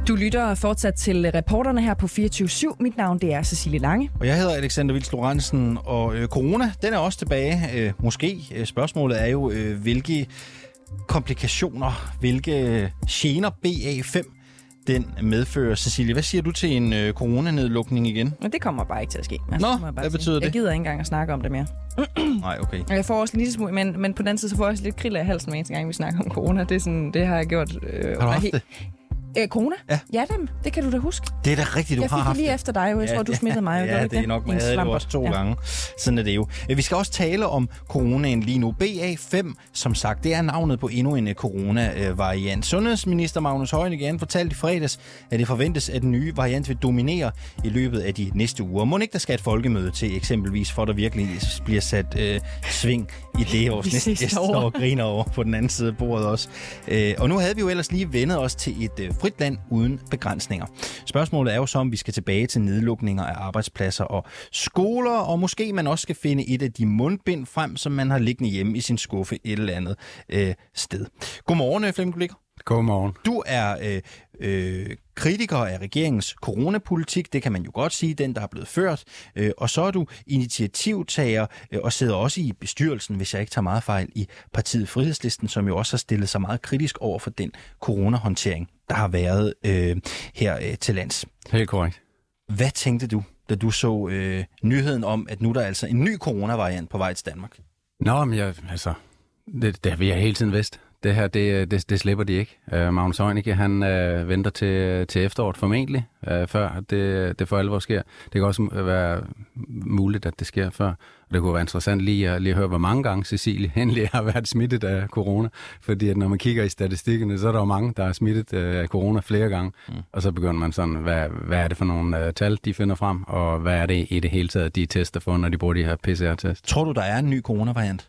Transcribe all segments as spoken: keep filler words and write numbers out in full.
Du lytter fortsat til reporterne her på fireogtyve syv. Mit navn det er Cecilie Lange. Og jeg hedder Alexander Vils Lorentzen, og øh, corona, den er også tilbage. Øh, måske. Øh, spørgsmålet er jo, øh, hvilke komplikationer, hvilke gener B A fem den medfører. Cecilie, hvad siger du til en øh, coronanedlukning igen? Men det kommer bare ikke til at ske. Altså, Nå, hvad betyder sige. det? Jeg gider ikke engang at snakke om det mere. Nej, okay. Og jeg får også lidt smule, men, men på den side så får jeg også lidt kriller i halsen, hver eneste gang vi snakker om corona. Det, er sådan, det har jeg gjort. Øh, har du haft det? Øh, corona? Ja. Ja, dem. Det kan du da huske. Det er da rigtigt, du jeg har haft det. Jeg fik det lige efter dig, og jeg ja, tror, du smittede mig. Ja, ja det er nok, jeg havde det også to ja. gange. Sådan er det jo. Vi skal også tale om coronaen lige nu. B A fem, som sagt, det er navnet på endnu en corona-variant. Sundhedsminister Magnus Heunicke fortalte i fredags, at det forventes, at den nye variant vil dominere i løbet af de næste uger. Må ikke der skal et folkemøde til eksempelvis, for der virkelig bliver sat øh, sving i det, og næsten står og griner over på den anden side af bordet også. Øh, og nu havde vi jo ellers lige vendet os til et øh, frit land uden begrænsninger. Spørgsmålet er jo så, om vi skal tilbage til nedlukninger af arbejdspladser og skoler, og måske man også skal finde et af de mundbind frem, som man har liggende hjemme i sin skuffe et eller andet øh, sted. Godmorgen, Flemming Kulik. Godmorgen. Du er øh, øh, kritiker af regeringens coronapolitik, det kan man jo godt sige, den der er blevet ført, øh, og så er du initiativtager øh, og sidder også i bestyrelsen, hvis jeg ikke tager meget fejl, i partiet Frihedslisten, som jo også har stillet sig meget kritisk over for den coronahåndtering, der har været øh, her øh, til lands. Helt korrekt. Hvad tænkte du, da du så øh, nyheden om, at nu er der altså en ny coronavariant på vej til Danmark? Nå, men jeg, altså, det, det har vi hele tiden vidst. Det her, det, det, det slipper de ikke. Uh, Magnus Heunicke, han uh, venter til, til efteråret formentlig, uh, før det, det for alvor sker. Det kan også være muligt, at det sker før. Og det kunne være interessant lige at, lige at høre, hvor mange gange Cecilie endelig har været smittet af corona. Fordi at når man kigger i statistikkerne, så er der jo mange, der er smittet af corona flere gange. Mm. Og så begynder man sådan, hvad, hvad er det for nogle uh, tal, de finder frem? Og hvad er det i det hele taget, de tester for, når de bruger de her P C R-test? Tror du, der er en ny coronavariant?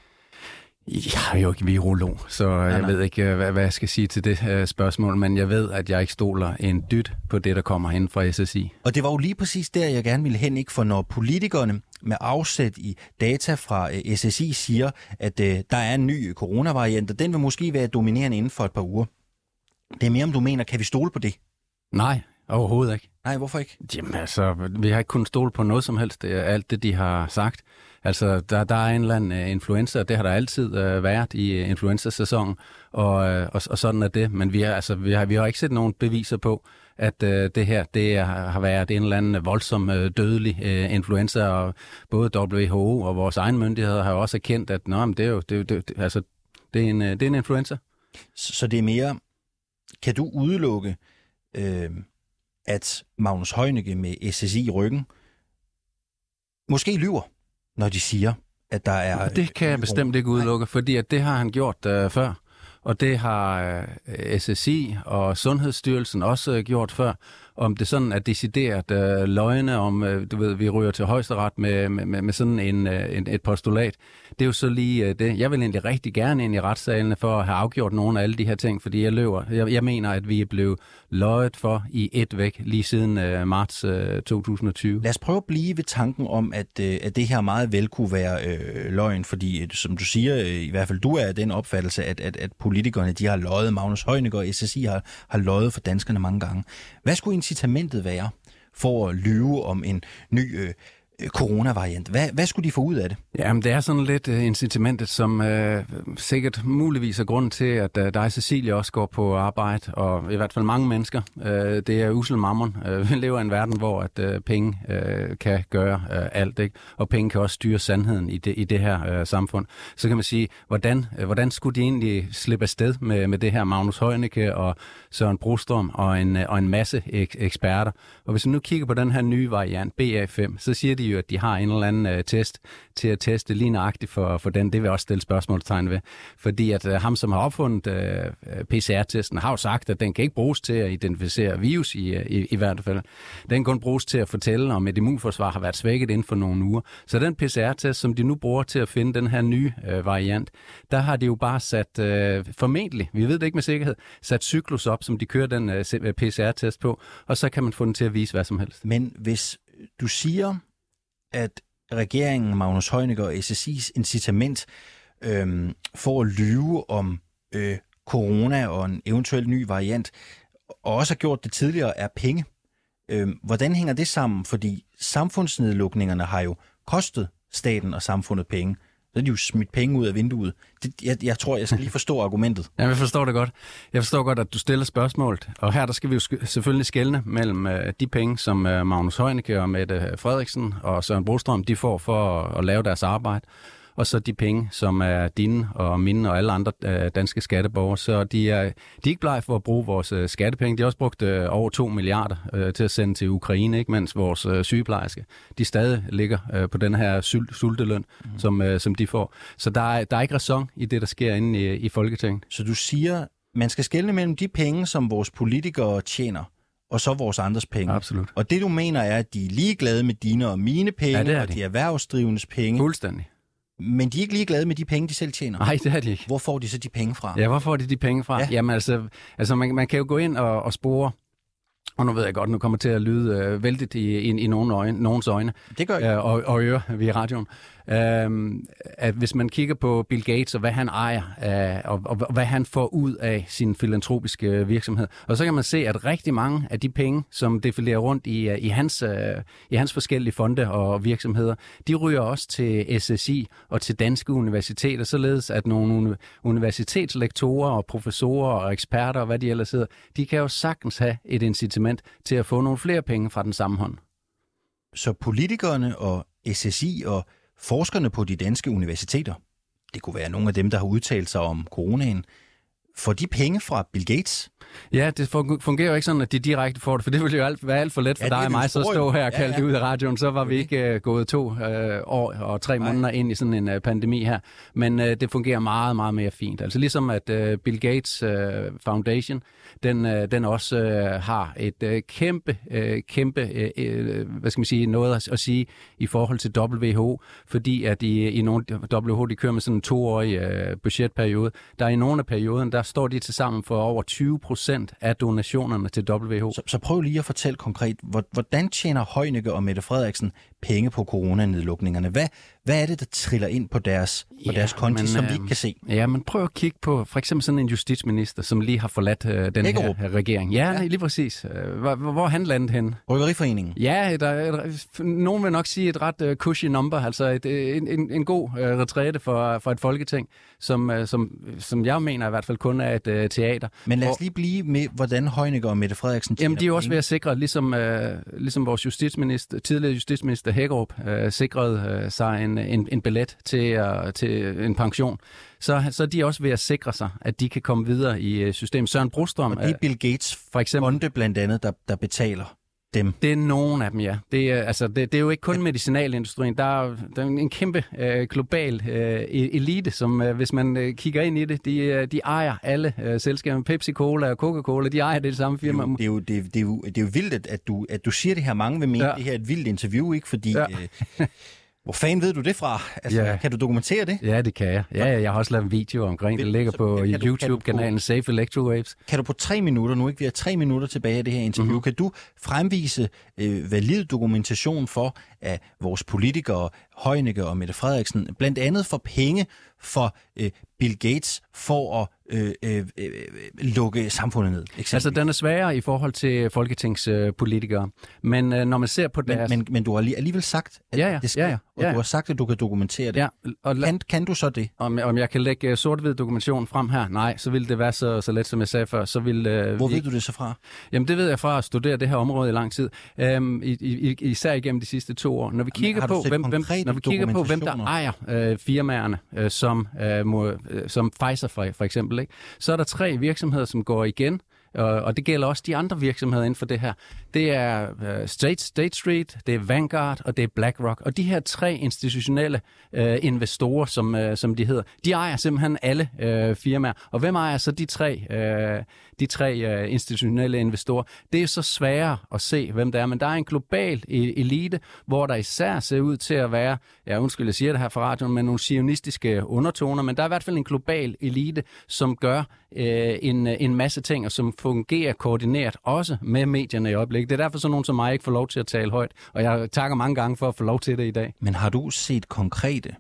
Jeg er jo ikke virolog, så jeg nej, nej. ved ikke, hvad, hvad jeg skal sige til det uh, spørgsmål, men jeg ved, at jeg ikke stoler en dyt på det, der kommer hen fra S S I. Og det var jo lige præcis der, jeg gerne ville hen, ikke? For når politikerne med afsæt i data fra uh, S S I siger, at uh, der er en ny coronavariant, og den vil måske være dominerende inden for et par uger. Det er mere, om du mener, kan vi stole på det? Nej, overhovedet ikke. Nej, hvorfor ikke? Jamen altså, vi har ikke kunnet stole på noget som helst, alt det, de har sagt. Altså, der, der er en eller anden uh, influenza, det har der altid uh, været i uh, influenza-sæsonen, og, uh, og, og sådan er det. Men vi har, altså, vi har, vi har ikke set nogen beviser på, at uh, det her det er, har været en eller anden voldsom uh, dødelig uh, influenza, og både W H O og vores egen myndigheder har også erkendt, at nå, men det er jo det, det, det, altså, det, er en, uh, det er en influenza. Så, så det er mere, kan du udelukke, øh, at Magnus Heunicke med S S I i ryggen måske lyver, når de siger, at der er... Det kan jeg bestemt ikke udelukke, fordi at det har han gjort uh, før, og det har uh, S S I og Sundhedsstyrelsen også uh, gjort før. Om det sådan er decideret uh, løgne, om uh, du ved, vi ryger til højesteret med, med, med sådan en, uh, en, et postulat. Det er jo så lige uh, det. Jeg vil egentlig rigtig gerne ind i retssalene for at have afgjort nogle af alle de her ting, fordi jeg løber. Jeg, jeg mener, at vi er blevet løjet for i et væk lige siden uh, marts uh, to tusind og tyve. Lad os prøve at blive ved tanken om, at, uh, at det her meget vel kunne være øh, løgn, fordi uh, som du siger, uh, i hvert fald du er den opfattelse, at, at, at politikerne de har løjet, Magnus Heunicke og S S I har, har løjet for danskerne mange gange. Hvad skulle incitamentet være for at lyve om en ny øh, coronavariant? Hvad, hvad skulle de få ud af det? Jamen, det er sådan lidt uh, incitamentet, som uh, sikkert muligvis er grunden til, at uh, dig, Cecilie, også går på arbejde, og i hvert fald mange mennesker. Uh, det er usel mammon. Uh, vi lever i en verden, hvor at uh, penge uh, kan gøre uh, alt, ikke? Og penge kan også styre sandheden i det, i det her uh, samfund. Så kan man sige, hvordan, uh, hvordan skulle de egentlig slippe afsted med, med det her Magnus Heunicke og Søren Brostrøm og en, uh, og en masse ek- eksperter? Og hvis vi nu kigger på den her nye variant, B A fem, så siger de jo, at de har en eller anden uh, test til at teste lige nøjagtigt for, for den. Det vil jeg også stille spørgsmålstegn ved. Fordi at uh, ham, som har opfundet uh, P C R-testen, har jo sagt, at den kan ikke bruges til at identificere virus i, i, i hvert fald. Den kan kun bruges til at fortælle, om et immunforsvar har været svækket inden for nogle uger. Så den P C R-test, som de nu bruger til at finde den her nye uh, variant, der har de jo bare sat, uh, formentlig, vi ved det ikke med sikkerhed, sat cyklus op, som de kører den uh, P C R-test på, og så kan man få den til at vise hvad som helst. Men hvis du siger, at regeringen, Magnus Heunicke og S S I's incitament øh, for at lyve om øh, corona og en eventuel ny variant, og også har gjort det tidligere, er penge. Øh, hvordan hænger det sammen? Fordi samfundsnedlukningerne har jo kostet staten og samfundet penge. Så er de jo smidt penge ud af vinduet. Det, jeg, jeg tror, jeg skal lige forstå argumentet. Ja, jeg forstår det godt. Jeg forstår godt, at du stiller spørgsmålet. Og her der skal vi jo sk- selvfølgelig skelne mellem øh, de penge, som øh, Magnus Heunicke og Mette Frederiksen og Søren Brostrøm, de får for at, at lave deres arbejde. Og så de penge, som er dine og mine og alle andre øh, danske skatteborgere. Så de er, de er ikke blege for at bruge vores øh, skattepenge. De har også brugt øh, over to milliarder øh, til at sende til Ukraine, ikke? Mens vores øh, sygeplejerske, de stadig ligger øh, på den her sul- sulteløn, mm. som, øh, som de får. Så der er, der er ikke ræson i det, der sker inde i, i Folketinget. Så du siger, man skal skelne mellem de penge, som vores politikere tjener, og så vores andres penge. Absolut. Og det du mener er, at de er ligeglade med dine og mine penge, ja, det er og de erhvervsdrivendes penge. Fuldstændig. Men de er ikke ligeglade med de penge, de selv tjener. Nej, det er de ikke. Hvor får de så de penge fra? Ja, hvor får de de penge fra? Ja. Jamen altså, altså man, man kan jo gå ind og, og spore, og nu ved jeg godt, nu kommer til at lyde øh, vældigt i, i, i nogen øjne, nogens øjne. Det gør jeg. Øh, og, og ører via radioen. Øh, at hvis man kigger på Bill Gates og hvad han ejer, øh, og, og, og hvad han får ud af sin filantropiske virksomhed. Og så kan man se, at rigtig mange af de penge, som defilerer rundt i, i, hans, øh, i hans forskellige fonde og virksomheder, de ryger også til S S I og til danske universiteter, således at nogle universitetslektorer og professorer og eksperter og hvad de ellers hedder, de kan jo sagtens have et incitament til at få nogle flere penge fra den samme hånd. Så politikerne og S S I og forskerne på de danske universiteter, det kunne være nogle af dem, der har udtalt sig om coronaen, får de penge fra Bill Gates? Ja, det fungerer jo ikke sådan, at de direkte får det, for det ville jo alt, være alt for let for ja, dig og mig, så at stå her og kalde ja, ja. det ud af radioen, så var okay. vi ikke uh, gået to uh, år og tre Nej. måneder ind i sådan en uh, pandemi her. Men uh, det fungerer meget, meget mere fint. Altså ligesom at uh, Bill Gates uh, Foundation, den, uh, den også uh, har et uh, kæmpe, uh, kæmpe, uh, hvad skal man sige, noget at, at sige i forhold til W H O, fordi at i, i nogle W H O, de kører med sådan en toårig uh, budgetperiode. Der er i nogle af perioden, der står de til sammen for over tyve procent af donationerne til W H O. Så, så prøv lige at fortælle konkret, hvordan tjener Heunicke og Mette Frederiksen penge på coronanedlukningerne? Hvad, hvad er det, der triller ind på deres, på ja, deres konti, men, som vi ikke kan se? Ja, men prøv at kigge på for eksempel sådan en justitsminister, som lige har forladt øh, den Hækkerup. her regering. Ja, ja. lige præcis. Hvor, hvor er han landet henne? Bryggeriforeningen? Ja, der, der, nogen vil nok sige et ret uh, cushy number, altså et, en, en, en god uh, retræte for, for et folketing, som, uh, som, som jeg mener i hvert fald kun er et uh, teater. Men lad os lige blive med, hvordan Heunicke og Mette Frederiksen tjener. Jamen, de er også ved at sikre, ligesom, uh, ligesom vores justitsminister, tidligere justitsminister Hækkerup, uh, sikrede uh, sig en, en, en billet til, uh, til en pension. Så, så er de også ved at sikre sig, at de kan komme videre i uh, systemet. Søren Brostrøm... Og det er Bill Gates for eksempel, fonde blandt andet, der, der betaler dem. Det er nogen af dem, ja. Det er, altså, det, det er jo ikke kun ja. medicinalindustrien. Der er, der er en kæmpe øh, global øh, elite, som øh, hvis man øh, kigger ind i det, de, de ejer alle øh, selskaber. Pepsi-Cola og Coca-Cola, de ejer det, det samme firma. Det er jo, det er jo, det er jo, det er jo vildt, at du, at du siger det her. Mange vil mene, ja. det her er et vildt interview, ikke? Fordi... Ja. Øh, hvor fanden ved du det fra? Altså, ja. Kan du dokumentere det? Ja, det kan jeg. Ja, jeg har også lavet en video omkring det. Det ligger på YouTube-kanalen Safe Electrowaves. Kan du på tre minutter, nu ikke vi har tre minutter tilbage af det her interview, mm-hmm. kan du fremvise øh, valid dokumentation for, at vores politikere, Heunicke og Mette Frederiksen, blandt andet for penge for øh, Bill Gates for at øh, øh, øh, lukke samfundet ned? Altså, den er sværere i forhold til folketingspolitikere. Øh, men øh, når man ser på deres... Men, men, men du har alligevel sagt, at ja, ja, det sker, ja, ja, og ja, ja. du har sagt, at du kan dokumentere det. Ja, og la- kan, kan du så det? Om, om jeg kan lægge sort-hvid dokumentation frem her? Nej, så vil det være så, så let, som jeg sagde før. Så vil, øh, Hvor vi... ved du det så fra? Jamen, det ved jeg fra at studere det her område i lang tid. Øhm, i, i, især igennem de sidste to år. Når vi kigger, på hvem, hvem, når vi kigger på, hvem der ejer øh, firmaerne, øh, som, øh, må, øh, som Pfizer for, for eksempel, ikke? Så er der tre virksomheder, som går igen, og, og det gælder også de andre virksomheder inden for det her. Det er uh, State, State Street, det er Vanguard, og det er BlackRock. Og de her tre institutionelle uh, investorer, som, uh, som de hedder, de ejer simpelthen alle uh, firmaer. Og hvem ejer så de tre, uh, de tre uh, institutionelle investorer? Det er så sværere at se, hvem det er, men der er en global elite, hvor der især ser ud til at være, ja undskyld, jeg siger det her fra radioen, med nogle zionistiske undertoner, men der er i hvert fald en global elite, som gør uh, en, en masse ting, og som fungerer koordineret også med medierne i øjeblikket. Det er derfor, så nogen som mig ikke får lov til at tale højt, og jeg takker mange gange for at få lov til det i dag. Men har du set konkrete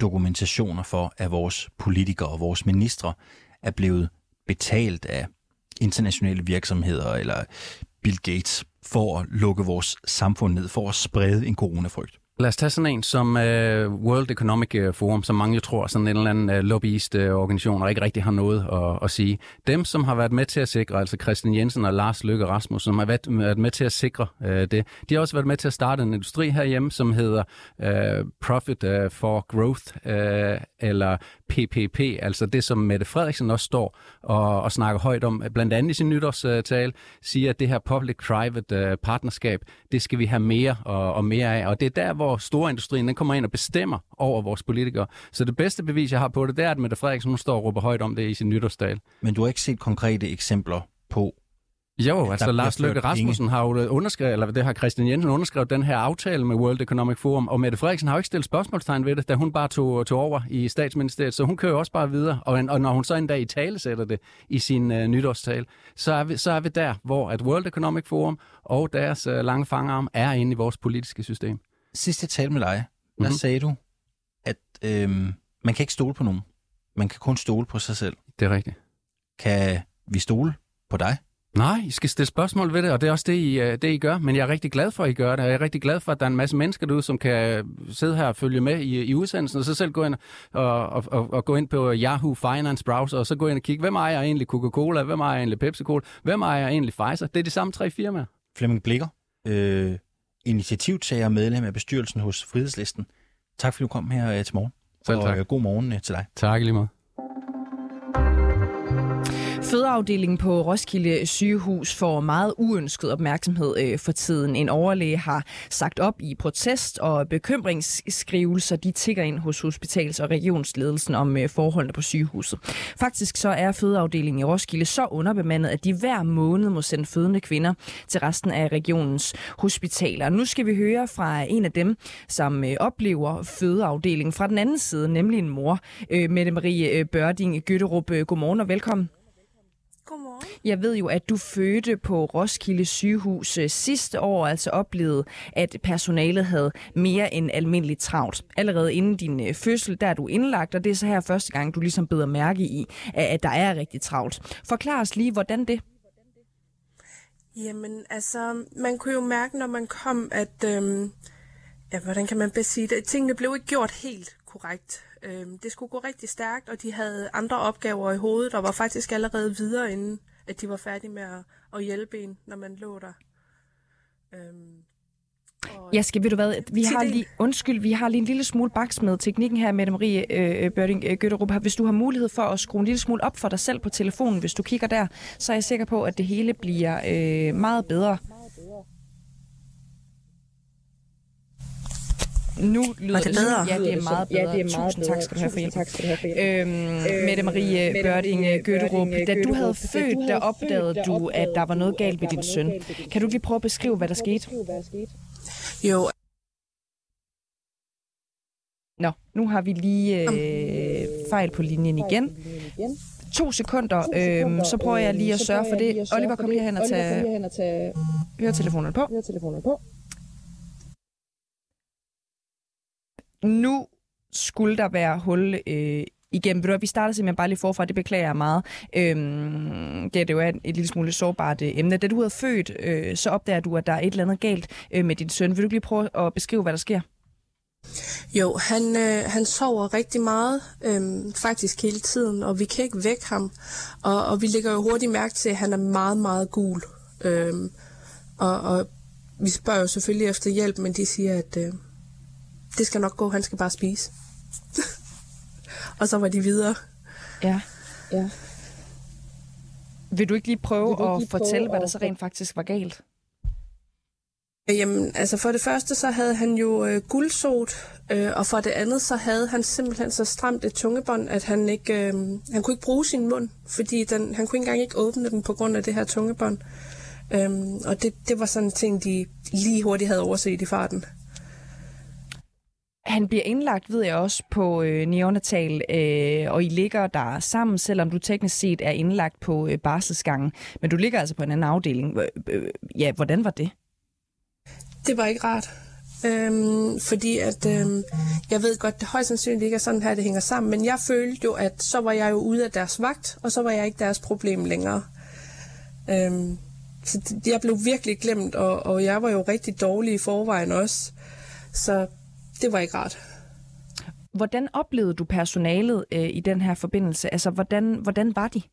dokumentationer for, at vores politikere og vores ministre er blevet betalt af internationale virksomheder eller Bill Gates for at lukke vores samfund ned, for at sprede en coronafrygt? Lad os tage sådan en som uh, World Economic Forum, som mange jo tror sådan en eller anden uh, lobbyist-organisation, og ikke rigtig har noget at, at sige. Dem, som har været med til at sikre, altså Christian Jensen og Lars Løkke Rasmussen, som har været, været med til at sikre uh, det, de har også været med til at starte en industri herhjemme, som hedder uh, Profit uh, for Growth, uh, eller P P P, altså det, som Mette Frederiksen også står og, og snakker højt om, blandt andet i sin nytårstale, siger, at det her public-private uh, partnerskab, det skal vi have mere og, og mere af, og det er der, hvor storindustrien den kommer ind og bestemmer over vores politikere. Så det bedste bevis, jeg har på det, det er, at Mette Frederiksen hun står og råber højt om det i sin nytårstale. Men du har ikke set konkrete eksempler på... Jo, altså Lars Løkke Rasmussen har jo underskrevet, eller det har Christian Jensen underskrevet den her aftale med World Economic Forum, og Mette Frederiksen har jo ikke stillet spørgsmålstegn ved det, da hun bare tog, tog over i statsministeriet, så hun kører også bare videre, og, og når hun så en dag i tale sætter det i sin uh, nytårstale, så er, vi, så er vi der, hvor at World Economic Forum og deres uh, lange fangarm er inde i vores politiske system. Sidst jeg talte med dig, der mm-hmm. sagde du, at øhm, man kan ikke stole på nogen. Man kan kun stole på sig selv. Det er rigtigt. Kan vi stole på dig? Nej, I skal stille spørgsmål ved det, og det er også det I, det, I gør. Men jeg er rigtig glad for, at I gør det, og jeg er rigtig glad for, at der er en masse mennesker derude, som kan sidde her og følge med i, i udsendelsen, og så selv gå ind, og, og, og, og gå ind på Yahoo Finance browser, og så gå ind og kigge, hvem ejer egentlig Coca-Cola, hvem ejer egentlig Pepsi-Cola, hvem ejer egentlig Pfizer? Det er de samme tre firmaer. Flemming Blicher, øh, initiativtager og medlem af bestyrelsen hos Frihedslisten. Tak fordi du kom her øh, til morgen. Selv tak. Og øh, god morgen øh, til dig. Tak lige meget. Fødeafdelingen på Roskilde Sygehus får meget uønsket opmærksomhed øh, for tiden. En overlæge har sagt op i protest, og bekymringsskrivelser de tigger ind hos hospitals- og regionsledelsen om øh, forholdene på sygehuset. Faktisk så er fødeafdelingen i Roskilde så underbemandet, at de hver måned må sende fødende kvinder til resten af regionens hospitaler. Nu skal vi høre fra en af dem, som øh, oplever fødeafdelingen fra den anden side, nemlig en mor, øh, Mette Marie Børding Gøtterup. Godmorgen og velkommen. Godmorgen. Jeg ved jo, at du fødte på Roskilde Sygehus sidste år, altså oplevede, at personalet havde mere end almindeligt travlt. Allerede inden din fødsel, der er du indlagt, og det er så her første gang, du ligesom beder mærke i, at der er rigtig travlt. Forklar os lige, hvordan det? Jamen, altså, man kunne jo mærke, når man kom, at, øhm, ja, hvordan kan man bedst sige det, tingene blev ikke gjort helt korrekt. Øhm, det skulle gå rigtig stærkt, og de havde andre opgaver i hovedet, og var faktisk allerede videre, inden at de var færdige med at, at hjælpe en, når man lå der. Øhm, Ja, skal ved du hvad, vi har lige, undskyld, vi har lige en lille smule baks med teknikken her, Mette Marie øh, Børding øh, Gøtterup. Hvis du har mulighed for at skrue en lille smule op for dig selv på telefonen, hvis du kigger der, så er jeg sikker på, at det hele bliver øh, meget bedre. Nu lyder det bedre? Ja, det er meget bedre. Ja, det er meget Tusind bedre. tak skal du have for hjælp. Tak skal du have for hjælp. Øhm, Mette Marie Børding Gøtterup, da du havde født, der opdagede du, at der var noget galt med din søn. Kan du lige prøve at beskrive, hvad der skete? Jo. Nå, nu har vi lige øh, fejl på linjen igen. To sekunder, øh, så prøver jeg lige at sørge for det. Oliver, kom lige hen og tage høretelefonerne på. Nu skulle der være hul øh, igennem. Vi starter simpelthen bare lige forfra, det beklager jeg meget. Øhm, det er jo et, et lille smule sårbart øh, emne. Da du havde født, øh, så opdager du, at der er et eller andet galt øh, med din søn. Vil du lige prøve at beskrive, hvad der sker? Jo, han, øh, han sover rigtig meget, øh, faktisk hele tiden, og vi kan ikke vække ham. Og, og vi lægger jo hurtigt mærke til, at han er meget, meget gul. Øh, og, og vi spørger jo selvfølgelig efter hjælp, men de siger, at øh, det skal nok gå, han skal bare spise. Og så var de videre. Ja. Ja. Vil du ikke lige prøve ikke at lige fortælle, prøve hvad der at... så rent faktisk var galt? Jamen, altså for det første, så havde han jo øh, guldsot, øh, og for det andet, så havde han simpelthen så stramt et tungebånd, at han ikke, øh, han kunne ikke bruge sin mund, fordi den, han kunne ikke engang ikke åbne den på grund af det her tungebånd. Øhm, og det, det var sådan en ting, de lige hurtigt havde overset i farten. Han bliver indlagt, ved jeg også, på øh, neonatal, øh, og I ligger der sammen, selvom du teknisk set er indlagt på øh, barselsgangen. Men du ligger altså på en anden afdeling. Øh, ja, hvordan var det? Det var ikke rart. Øhm, fordi at, øhm, jeg ved godt, det højst sandsynligt ikke er sådan her, det hænger sammen. Men jeg følte jo, at så var jeg jo ude af deres vagt, og så var jeg ikke deres problem længere. Øhm, så jeg blev virkelig glemt, og, og jeg var jo rigtig dårlig i forvejen også. Så det var ikke rart. Hvordan oplevede du personalet øh, i den her forbindelse? Altså, hvordan, hvordan var de?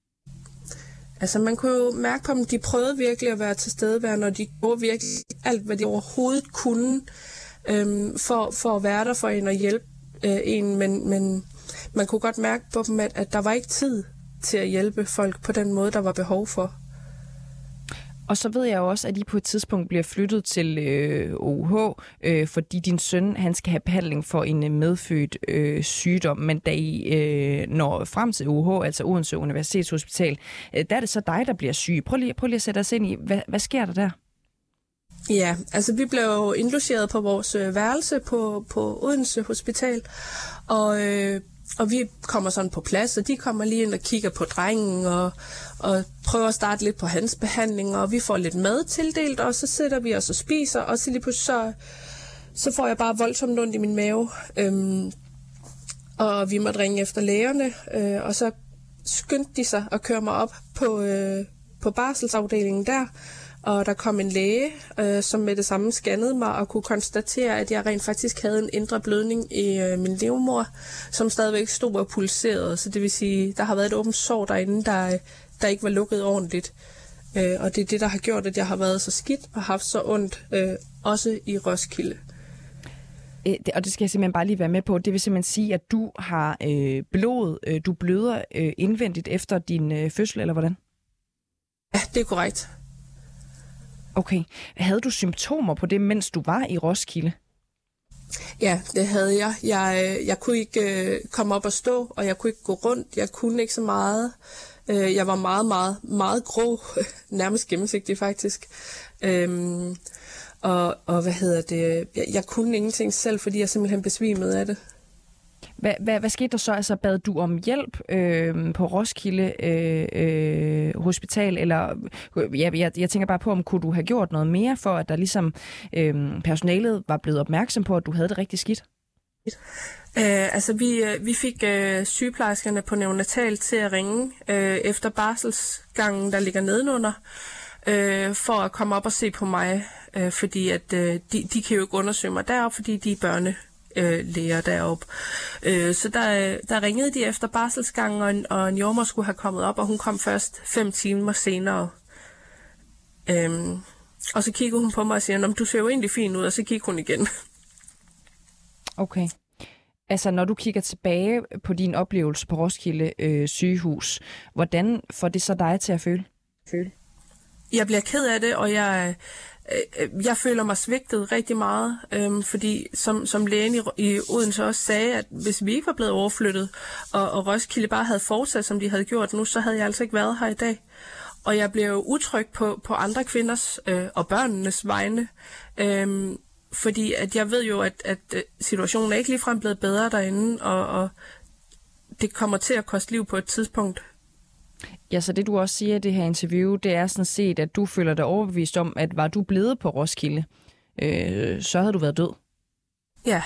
Altså, man kunne jo mærke på dem, de prøvede virkelig at være til stedeværende, og de gjorde virkelig alt, hvad de overhovedet kunne, øhm, for, for at være der for en og hjælpe øh, en. Men, men man kunne godt mærke på dem, at, at der var ikke tid til at hjælpe folk på den måde, der var behov for. Og så ved jeg jo også, at I på et tidspunkt bliver flyttet til øh, O U H, øh, fordi din søn han skal have behandling for en medfødt øh, sygdom. Men da I øh, når frem til O U H, altså Odense Universitetshospital, øh, der er det så dig, der bliver syg. Prøv lige, prøv lige at sætte os ind i, hvad, hvad sker der der? Ja, altså vi blev jo indlogeret på vores øh, værelse på, på Odense Hospital, og... Øh, Og vi kommer sådan på plads, og de kommer lige ind og kigger på drengen og, og prøver at starte lidt på hans behandling, og vi får lidt mad tildelt, og så sætter vi os og spiser, og så lige pludselig så, så får jeg bare voldsomt ondt i min mave. Øhm, og vi måtte ringe efter lægerne, øh, og så skyndte de sig at køre mig op på, øh, på barselsafdelingen der, og der kom en læge, øh, som med det samme scannede mig og kunne konstatere, at jeg rent faktisk havde en indre blødning i øh, min livmor, som stadigvæk stod og pulserede. Så det vil sige, der har været et åbent sår derinde, der, der ikke var lukket ordentligt. Øh, og det er det, der har gjort, at jeg har været så skidt og haft så ondt, øh, også i Roskilde. Og det skal jeg simpelthen bare lige være med på. Det vil simpelthen sige, at du har øh, blod, øh, du bløder øh, indvendigt efter din øh, fødsel, eller hvordan? Ja, det er korrekt. Okay. Havde du symptomer på det, mens du var i Roskilde? Ja, det havde jeg. Jeg, jeg kunne ikke øh, komme op og stå, og jeg kunne ikke gå rundt. Jeg kunne ikke så meget. Øh, jeg var meget, meget, meget grå. Nærmest gennemsigtig, faktisk. Øhm, og, og hvad hedder det? Jeg, jeg kunne ingenting selv, fordi jeg simpelthen besvimede af det. Hvad, hvad, hvad skete der så? Altså, bad du om hjælp øh, på Roskilde øh, øh, Hospital? Eller, ja, jeg, jeg tænker bare på, om kunne du have gjort noget mere for, at der ligesom øh, personalet var blevet opmærksom på, at du havde det rigtig skidt? Øh, altså, vi, vi fik øh, sygeplejerskerne på neonatal til at ringe øh, efter barselsgangen, der ligger nedenunder, øh, for at komme op og se på mig. Øh, fordi at øh, de, de kan jo ikke undersøge mig deroppe, fordi de er børne. Øh, læger deroppe. Øh, så der, der ringede de efter barselsgangen, og en, og en jordemoder skulle have kommet op, og hun kom først fem timer senere. Øhm, og så kiggede hun på mig og siger, du ser jo egentlig fin ud, og så kiggede hun igen. Okay. Altså, når du kigger tilbage på din oplevelse på Roskilde øh, sygehus, hvordan får det så dig til at føle? føle? Jeg bliver ked af det, og jeg... Jeg føler mig svigtet rigtig meget, øhm, fordi som, som lægen i, i Odense også sagde, at hvis vi ikke var blevet overflyttet, og, og Roskilde bare havde fortsat, som de havde gjort nu, så havde jeg altså ikke været her i dag. Og jeg blev jo utryg på, på andre kvinders øh, og børnenes vegne, øhm, fordi at jeg ved jo, at, at situationen er ikke ligefrem blevet bedre derinde, og, og det kommer til at koste liv på et tidspunkt. Ja, så det du også siger i det her interview, det er sådan set, at du føler dig overbevist om, at var du blevet på Roskilde, øh, så havde du været død. Ja.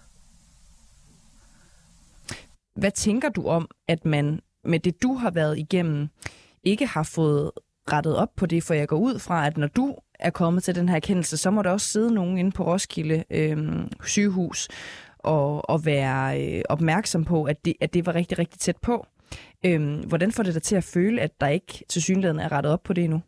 Hvad tænker du om, at man med det, du har været igennem, ikke har fået rettet op på det? For jeg går ud fra, at når du er kommet til den her erkendelse, så må der også sidde nogen inde på Roskilde øh, sygehus og, og være øh, opmærksom på, at det, at det var rigtig, rigtig tæt på. Øhm, hvordan får det dig til at føle, at der ikke tilsyneladende er rettet op på det endnu?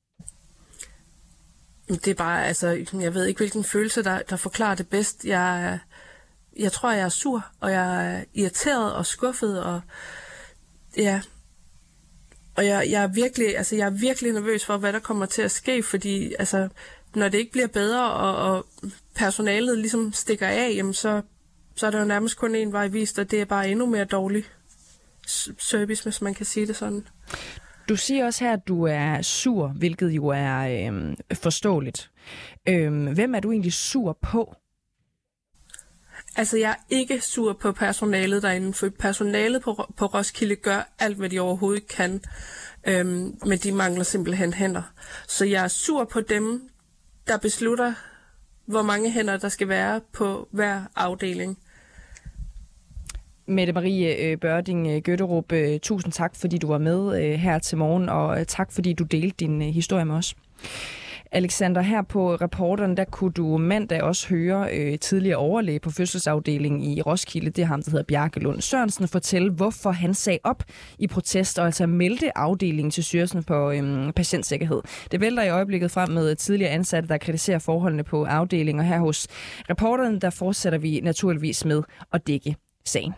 Det er bare, altså, jeg ved ikke, hvilken følelse, der, der forklarer det bedst. Jeg, jeg tror, jeg er sur, og jeg er irriteret og skuffet, og ja, og jeg, jeg er virkelig, altså, jeg er virkelig nervøs for, hvad der kommer til at ske, fordi, altså, når det ikke bliver bedre, og, og personalet ligesom stikker af, jamen, så, så er der jo nærmest kun en vej vist, og det er bare endnu mere dårligt service, hvis man kan sige det sådan. Du siger også her, at du er sur, hvilket jo er øh, forståeligt. Øh, hvem er du egentlig sur på? Altså, jeg er ikke sur på personalet derinde, for personalet på, på Roskilde gør alt, hvad de overhovedet kan, øh, men de mangler simpelthen hænder. Så jeg er sur på dem, der beslutter, hvor mange hænder der skal være på hver afdeling. Mette Marie Børding Gøtterup, tusind tak, fordi du var med her til morgen, og tak, fordi du delte din historie med os. Alexander, her på Reporteren, der kunne du mandag også høre øh, tidligere overlæge på fødselsafdelingen i Roskilde, det er ham, der hedder Bjarke Lund Sørensen, fortælle, hvorfor han sagde op i protest og altså meldte afdelingen til Styrelsen for øh, Patientsikkerhed. Det vælter i øjeblikket frem med tidligere ansatte, der kritiserer forholdene på afdelingen, og her hos Reporteren, der fortsætter vi naturligvis med at dække sagen.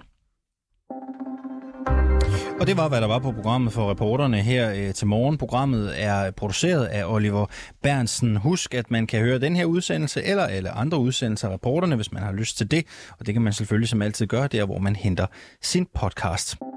Og det var, hvad der var på programmet for Reporterne her øh, til morgen. Programmet er produceret af Oliver Bernsen. Husk, at man kan høre den her udsendelse eller alle andre udsendelser af Reporterne, hvis man har lyst til det. Og det kan man selvfølgelig som altid gøre der, hvor man henter sin podcast.